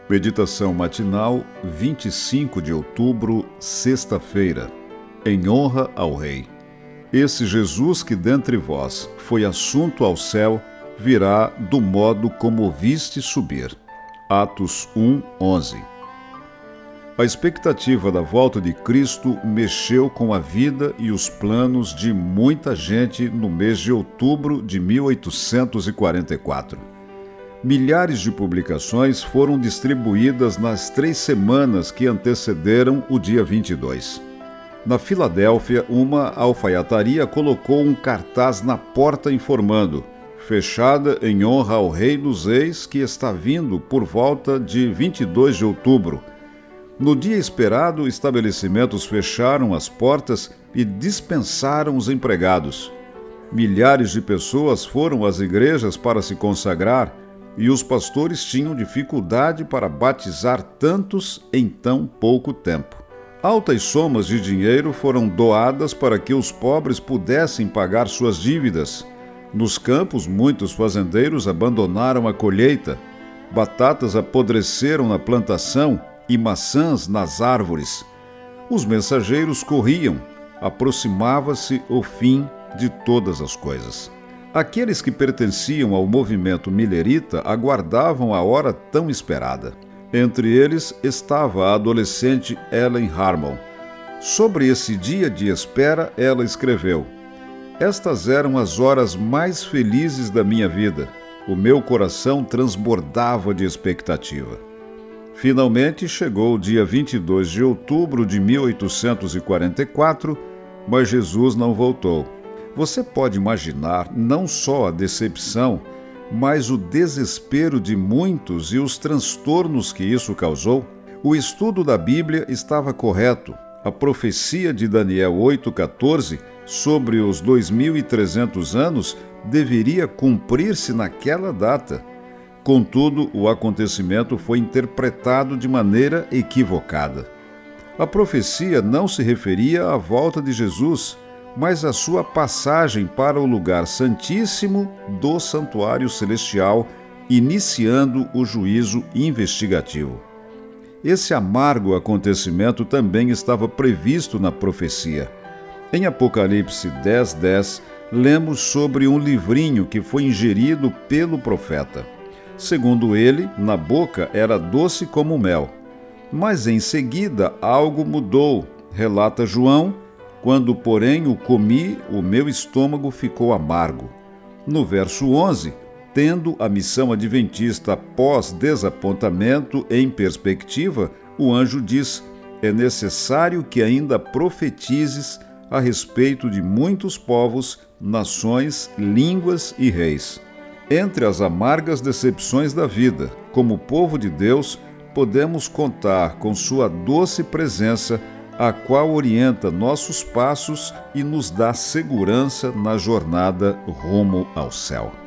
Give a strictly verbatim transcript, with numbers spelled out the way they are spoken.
Meditação matinal, vinte e cinco de outubro, sexta-feira. Em honra ao Rei. Esse Jesus que dentre vós foi assunto ao céu, virá do modo como o viste subir. Atos um, onze. A expectativa da volta de Cristo mexeu com a vida e os planos de muita gente no mês de outubro de mil oitocentos e quarenta e quatro. Milhares de publicações foram distribuídas nas três semanas que antecederam o dia vinte e dois. Na Filadélfia, uma alfaiataria colocou um cartaz na porta informando: fechada em honra ao Rei dos Reis, que está vindo por volta de vinte e dois de outubro. No dia esperado, estabelecimentos fecharam as portas e dispensaram os empregados. Milhares de pessoas foram às igrejas para se consagrar e os pastores tinham dificuldade para batizar tantos em tão pouco tempo. Altas somas de dinheiro foram doadas para que os pobres pudessem pagar suas dívidas. Nos campos, muitos fazendeiros abandonaram a colheita. Batatas apodreceram na plantação e maçãs nas árvores. Os mensageiros corriam. Aproximava-se o fim de todas as coisas. Aqueles que pertenciam ao movimento milerita aguardavam a hora tão esperada. Entre eles estava a adolescente Ellen Harmon. Sobre esse dia de espera, ela escreveu: Estas eram as horas mais felizes da minha vida. O meu coração transbordava de expectativa. Finalmente chegou o dia vinte e dois de outubro de mil oitocentos e quarenta e quatro, mas Jesus não voltou. Você pode imaginar não só a decepção, mas o desespero de muitos e os transtornos que isso causou? O estudo da Bíblia estava correto. A profecia de Daniel oito, quatorze sobre os dois mil e trezentos anos deveria cumprir-se naquela data. Contudo, o acontecimento foi interpretado de maneira equivocada. A profecia não se referia à volta de Jesus, mas à sua passagem para o lugar santíssimo do santuário celestial, iniciando o juízo investigativo. Esse amargo acontecimento também estava previsto na profecia. Em Apocalipse dez, dez, lemos sobre um livrinho que foi ingerido pelo profeta. Segundo ele, na boca era doce como mel. Mas em seguida algo mudou, relata João. Quando, porém, o comi, o meu estômago ficou amargo. No verso onze, tendo a missão adventista pós-desapontamento em perspectiva, o anjo diz: é necessário que ainda profetizes a respeito de muitos povos, nações, línguas e reis. Entre as amargas decepções da vida, como povo de Deus, podemos contar com sua doce presença, a qual orienta nossos passos e nos dá segurança na jornada rumo ao céu.